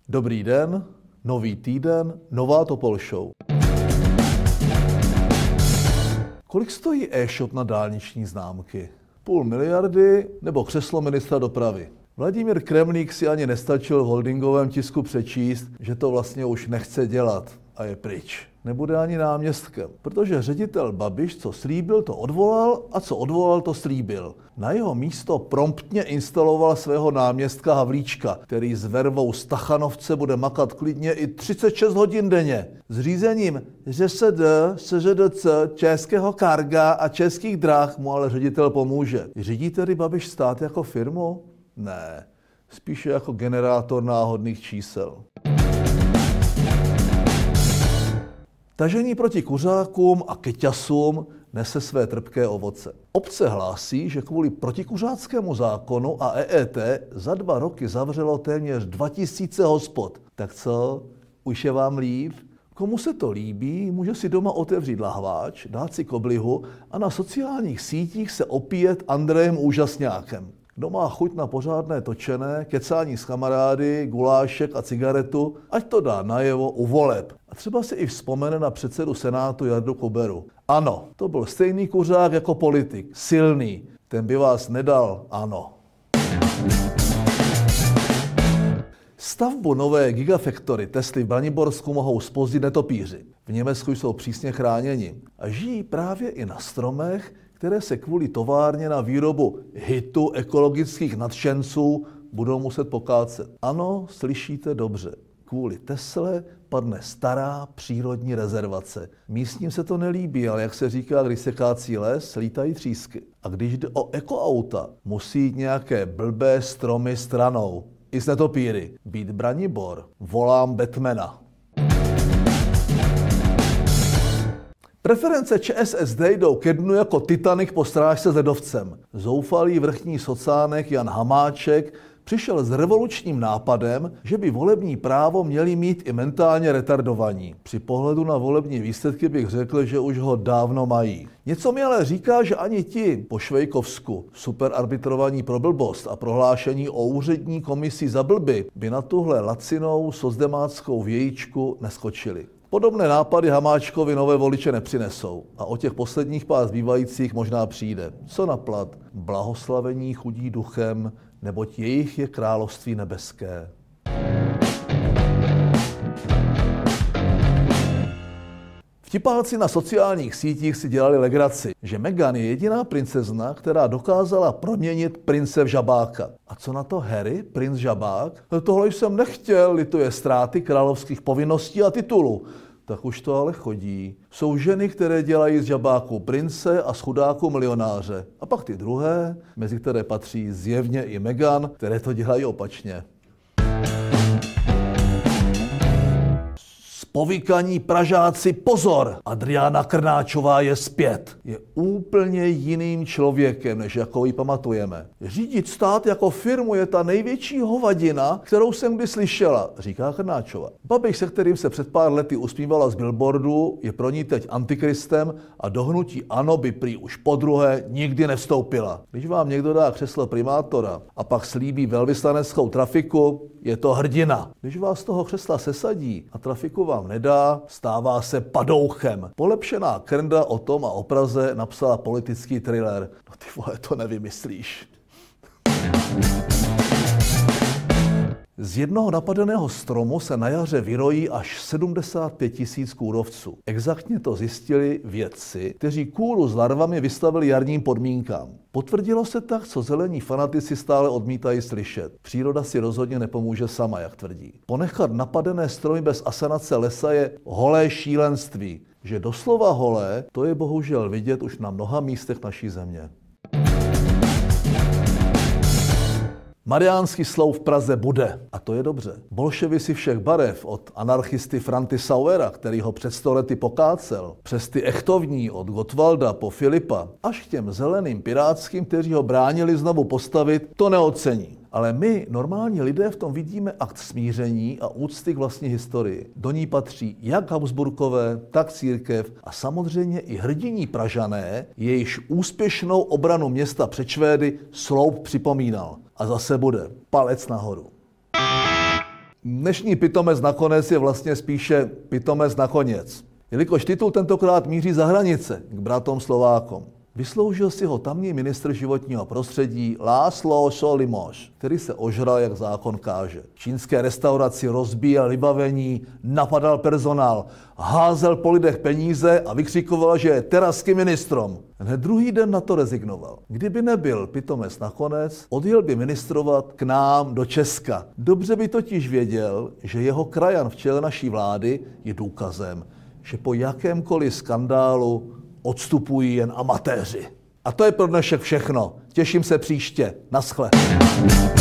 Dobrý den, nový týden, nová Topol Show. Kolik stojí e-shop na dálniční známky? 0,5 miliardy nebo křeslo ministra dopravy? Vladimír Kremlík si ani nestačil v holdingovém tisku přečíst, že to vlastně už nechce dělat a je pryč. Nebude ani náměstkem, protože ředitel Babiš, co slíbil, to odvolal a co odvolal, to slíbil. Na jeho místo promptně instaloval svého náměstka Havlíčka, který s vervou Stachanovce bude makat klidně i 36 hodin denně. S řízením ŘSD, SŽDC, Českého Carga a Českých drah mu ale ředitel pomůže. Řídí tedy Babiš stát jako firmu? Ne, spíše jako generátor náhodných čísel. Tažení proti kuřákům a keťasům nese své trpké ovoce. Obce hlásí, že kvůli protikuřáckému zákonu a EET za 2 roky zavřelo téměř 2000 hospod. Tak co, už je vám líp? Komu se to líbí, může si doma otevřít lahváč, dát si koblihu a na sociálních sítích se opíjet Andrejem Úžasňákem. Kdo má chuť na pořádné točené, kecání s kamarády, gulášek a cigaretu, ať to dá najevo u voleb. A třeba si i vzpomene na předsedu Senátu Jardu Kuberu. Ano, to byl stejný kuřák jako politik, silný. Ten by vás nedal, ano. Stavbu nové Gigafactory Tesly v Braniborsku mohou zpozdit netopíři. V Německu jsou přísně chráněni a žijí právě i na stromech, které se kvůli továrně na výrobu hitu ekologických nadšenců budou muset pokácet. Ano, slyšíte dobře. Kvůli Tesle padne stará přírodní rezervace. Místním se to nelíbí, ale jak se říká, když se kácí les, lítají třísky. A když jde o ekoauta, musí jít nějaké blbé stromy stranou. I s netopíry. Být Branibor. Volám Batmana. Preference ČSSD jdou ke dnu jako Titanic po strážce s ledovcem. Zoufalý vrchní socánek Jan Hamáček přišel s revolučním nápadem, že by volební právo měli mít i mentálně retardovaní. Při pohledu na volební výsledky bych řekl, že už ho dávno mají. Něco mi ale říká, že ani ti po Švejkovsku superarbitrovaní pro blbost a prohlášení o úřední komisi za blby by na tuhle lacinou sozdemáckou vějíčku neskočili. Podobné nápady Hamáčkovi nové voliče nepřinesou a o těch posledních pár zbývajících možná přijde. Co na plat? Blahoslavení chudí duchem, neboť jejich je království nebeské. Vtipálci na sociálních sítích si dělali legraci, že Meghan je jediná princezna, která dokázala proměnit prince v žabáka. A co na to Harry, princ žabák? Tohle jsem nechtěl, lituje ztráty královských povinností a titulu. Tak už to ale chodí. Jsou ženy, které dělají z žabáku prince a z chudáku milionáře. A pak ty druhé, mezi které patří zjevně i Meghan, které to dělají opačně. Povykaní Pražáci, pozor! Adriána Krnáčová je zpět. Je úplně jiným člověkem, než jako ji pamatujeme. Řídit stát jako firmu je ta největší hovadina, kterou jsem kdy slyšela, říká Krnáčová. Babiš, se kterým se před pár lety usmívala z billboardu, je pro ní teď antikristem a do hnutí ANO by prý už podruhé nikdy nevstoupila. Když vám někdo dá křeslo primátora a pak slíbí velvyslaneckou trafiku, je to hrdina. Když vás z toho křesla sesadí a trafiku vám nedá, stává se padouchem. Polepšená Krnda o tom a o Praze napsala politický thriller. No ty vole, to nevymyslíš. Z jednoho napadeného stromu se na jaře vyrojí až 75 000 kůrovců. Exaktně to zjistili vědci, kteří kůru s larvami vystavili jarním podmínkám. Potvrdilo se tak, co zelení fanatici stále odmítají slyšet. Příroda si rozhodně nepomůže sama, jak tvrdí. Ponechat napadené stromy bez asanace lesa je holé šílenství. Že doslova holé, to je bohužel vidět už na mnoha místech naší země. Mariánský slov v Praze bude. A to je dobře. Bolševici všech barev, od anarchisty Franty Sauera, který ho před 100 lety pokácel, přes ty echtovní od Gottwalda po Filipa, až k těm zeleným pirátským, kteří ho bránili znovu postavit, to neocení. Ale my, normální lidé, v tom vidíme akt smíření a úcty k vlastní historii. Do ní patří jak Habsburkové, tak církev a samozřejmě i hrdiní Pražané, jejichž úspěšnou obranu města před Švédy sloup připomínal. A zase bude. Palec nahoru. Dnešní pitomec nakonec je vlastně spíše pitomec nakonec. Jelikož titul tentokrát míří za hranice k bratom Slovákom. Vysloužil si ho tamní ministr životního prostředí László Solymoš, který se ožral, jak zákon káže. V čínské restauraci rozbíjel vybavení, napadal personál, házel po lidech peníze a vykřikoval, že je terasky ministrom. Hned druhý den na to rezignoval. Kdyby nebyl pitomec nakonec, odjel by ministrovat k nám do Česka. Dobře by totiž věděl, že jeho krajan v čele naší vlády je důkazem, že po jakémkoliv skandálu odstupují jen amatéři. A to je pro dnešek všechno. Těším se příště. Naschle.